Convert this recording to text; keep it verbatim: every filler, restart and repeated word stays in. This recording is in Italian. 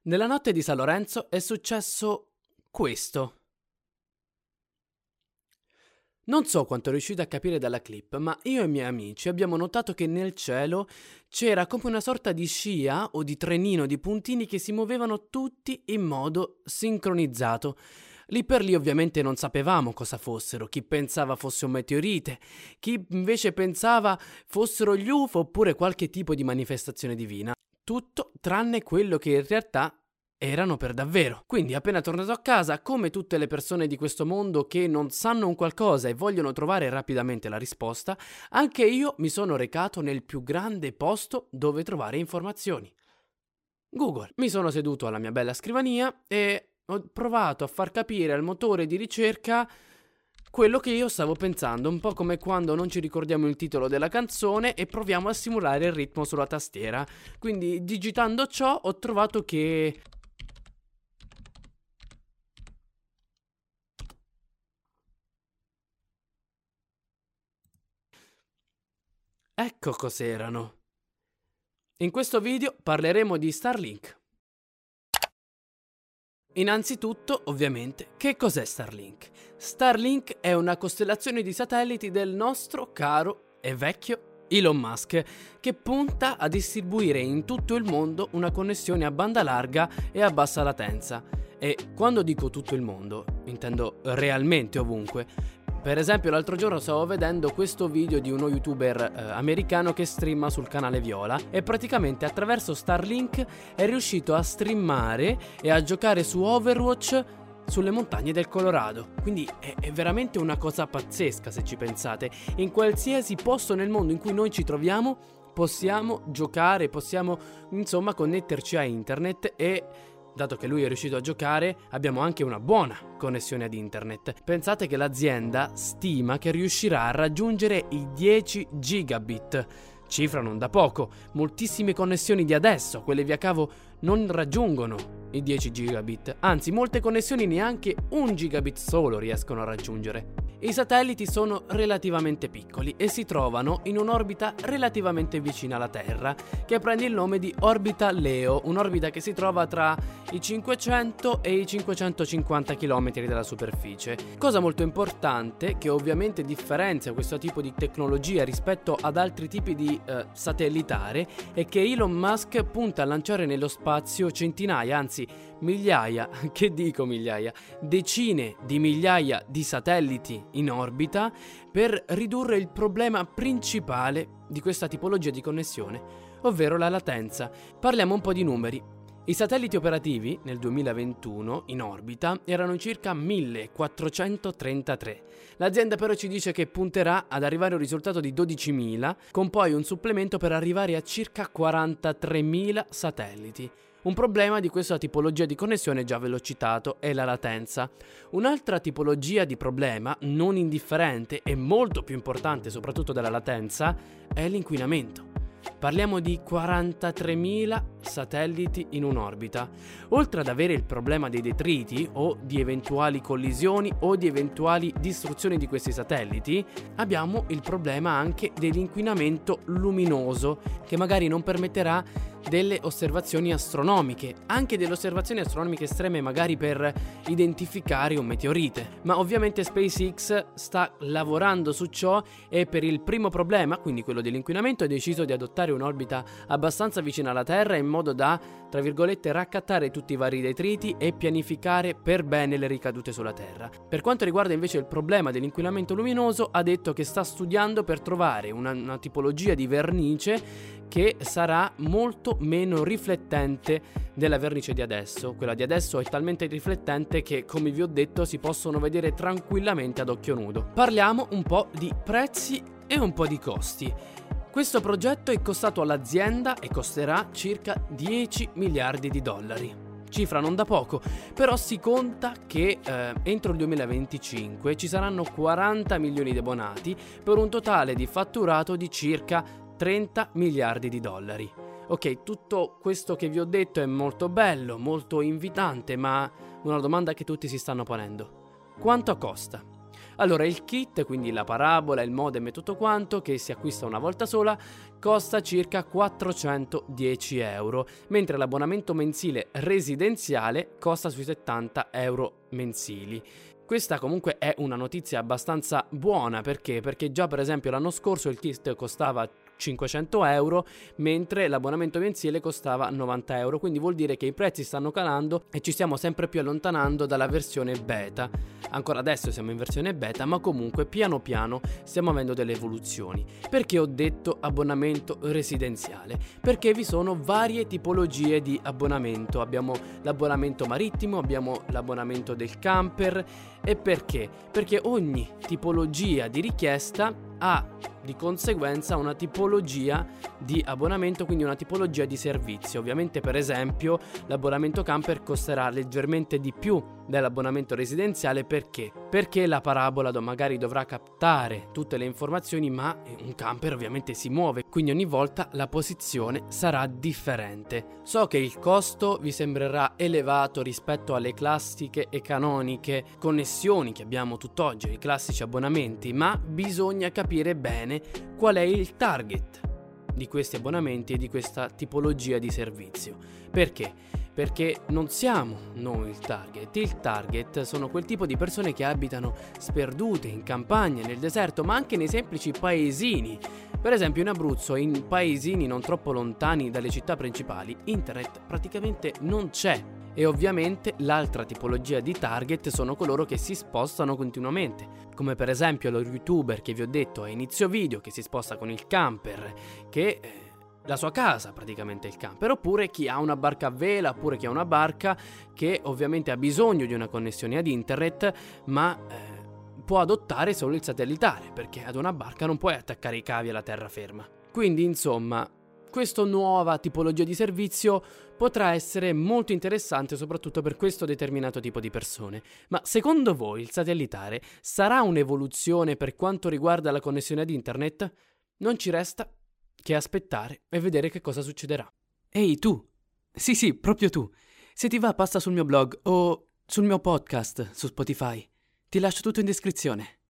Nella notte di San Lorenzo è successo questo. Non so quanto riuscite a capire dalla clip, ma io e i miei amici abbiamo notato che nel cielo c'era come una sorta di scia o di trenino di puntini che si muovevano tutti in modo sincronizzato. Lì per lì ovviamente non sapevamo cosa fossero, chi pensava fosse un meteorite, chi invece pensava fossero gli U F O oppure qualche tipo di manifestazione divina. Tutto tranne quello che in realtà erano per davvero. Quindi appena tornato a casa, come tutte le persone di questo mondo che non sanno un qualcosa e vogliono trovare rapidamente la risposta, anche io mi sono recato nel più grande posto dove trovare informazioni: Google. Mi sono seduto alla mia bella scrivania e ho provato a far capire al motore di ricerca quello che io stavo pensando, un po' come quando non ci ricordiamo il titolo della canzone e proviamo a simulare il ritmo sulla tastiera. Quindi digitando ciò ho trovato che ecco cos'erano. In questo video parleremo di Starlink. Innanzitutto, ovviamente, che cos'è Starlink? Starlink è una costellazione di satelliti del nostro caro e vecchio Elon Musk, che punta a distribuire in tutto il mondo una connessione a banda larga e a bassa latenza. E quando dico tutto il mondo, intendo realmente ovunque. Per esempio l'altro giorno stavo vedendo questo video di uno youtuber eh, americano che streama sul canale Viola e praticamente attraverso Starlink è riuscito a streamare e a giocare su Overwatch sulle montagne del Colorado. Quindi è, è veramente una cosa pazzesca se ci pensate. In qualsiasi posto nel mondo in cui noi ci troviamo possiamo giocare, possiamo insomma connetterci a internet e... dato che lui è riuscito a giocare, abbiamo anche una buona connessione ad internet. Pensate che l'azienda stima che riuscirà a raggiungere i dieci gigabit, cifra non da poco. Moltissime connessioni di adesso, quelle via cavo, non raggiungono i dieci gigabit, anzi molte connessioni neanche un gigabit solo riescono a raggiungere. I satelliti sono relativamente piccoli e si trovano in un'orbita relativamente vicina alla Terra, che prende il nome di orbita Leo, un'orbita che si trova tra i cinquecento e i cinquecentocinquanta chilometri dalla superficie. Cosa molto importante, che ovviamente differenzia questo tipo di tecnologia rispetto ad altri tipi di eh, satellitare, è che Elon Musk punta a lanciare nello spazio centinaia, anzi migliaia, che dico migliaia, decine di migliaia di satelliti in orbita per ridurre il problema principale di questa tipologia di connessione, ovvero la latenza. Parliamo un po' di numeri. I satelliti operativi nel duemilaventuno in orbita erano circa millequattrocentotrentatré. L'azienda però ci dice che punterà ad arrivare a un risultato di dodicimila, con poi un supplemento per arrivare a circa quarantatremila satelliti. Un problema di questa tipologia di connessione già ve l'ho citato è la latenza. Un'altra tipologia di problema non indifferente e molto più importante soprattutto della latenza è l'inquinamento. Parliamo di quarantatremila satelliti in un'orbita. Oltre ad avere il problema dei detriti o di eventuali collisioni o di eventuali distruzioni di questi satelliti, abbiamo il problema anche dell'inquinamento luminoso, che magari non permetterà delle osservazioni astronomiche, anche delle osservazioni astronomiche estreme magari per identificare un meteorite. Ma ovviamente SpaceX sta lavorando su ciò e per il primo problema, quindi quello dell'inquinamento, ha deciso di adottare un'orbita abbastanza vicina alla Terra in modo da, tra virgolette, raccattare tutti i vari detriti e pianificare per bene le ricadute sulla Terra. Per quanto riguarda invece il problema dell'inquinamento luminoso, ha detto che sta studiando per trovare una, una tipologia di vernice che sarà molto meno riflettente della vernice di adesso. Quella di adesso è talmente riflettente che, come vi ho detto, si possono vedere tranquillamente ad occhio nudo. Parliamo un po' di prezzi e un po' di costi. Questo progetto è costato all'azienda e costerà circa dieci miliardi di dollari. Cifra non da poco, però si conta che eh, entro il duemilaventicinque ci saranno quaranta milioni di abbonati per un totale di fatturato di circa trenta miliardi di dollari. Ok, tutto questo che vi ho detto è molto bello, molto invitante, ma una domanda che tutti si stanno ponendo: quanto costa? Allora, il kit, quindi la parabola, il modem e tutto quanto, che si acquista una volta sola, costa circa quattrocentodieci euro, mentre l'abbonamento mensile residenziale costa sui settanta euro mensili. Questa comunque è una notizia abbastanza buona, perché? Perché già per esempio l'anno scorso il kit costava cinquecento euro, mentre l'abbonamento mensile costava novanta euro, quindi vuol dire che i prezzi stanno calando e ci stiamo sempre più allontanando dalla versione beta. Ancora adesso siamo in versione beta, ma comunque piano piano stiamo avendo delle evoluzioni. Perché ho detto abbonamento residenziale? Perché vi sono varie tipologie di abbonamento. Abbiamo l'abbonamento marittimo, abbiamo l'abbonamento del camper. E perché? Perché ogni tipologia di richiesta ha di conseguenza una tipologia di abbonamento, quindi una tipologia di servizio. Ovviamente, per esempio, l'abbonamento camper costerà leggermente di più dell'abbonamento residenziale. Perché? Perché la parabola magari dovrà captare tutte le informazioni, ma un camper ovviamente si muove, quindi ogni volta la posizione sarà differente. So che il costo vi sembrerà elevato rispetto alle classiche e canoniche connessioni che abbiamo tutt'oggi, i classici abbonamenti, ma bisogna capire bene qual è il target di questi abbonamenti e di questa tipologia di servizio. Perché? Perché non siamo noi il target. Il target sono quel tipo di persone che abitano sperdute in campagna, nel deserto, ma anche nei semplici paesini. Per esempio in Abruzzo, in paesini non troppo lontani dalle città principali, internet praticamente non c'è. E ovviamente l'altra tipologia di target sono coloro che si spostano continuamente, come per esempio lo youtuber che vi ho detto a inizio video, che si sposta con il camper, che eh, la sua casa praticamente è il camper, oppure chi ha una barca a vela, oppure chi ha una barca che ovviamente ha bisogno di una connessione ad internet, ma eh, può adottare solo il satellitare, perché ad una barca non puoi attaccare i cavi alla terraferma. Quindi insomma, questa nuova tipologia di servizio potrà essere molto interessante soprattutto per questo determinato tipo di persone. Ma secondo voi il satellitare sarà un'evoluzione per quanto riguarda la connessione ad internet? Non ci resta che aspettare e vedere che cosa succederà. Ehi tu! Sì sì, proprio tu! Se ti va passa sul mio blog o sul mio podcast su Spotify. Ti lascio tutto in descrizione.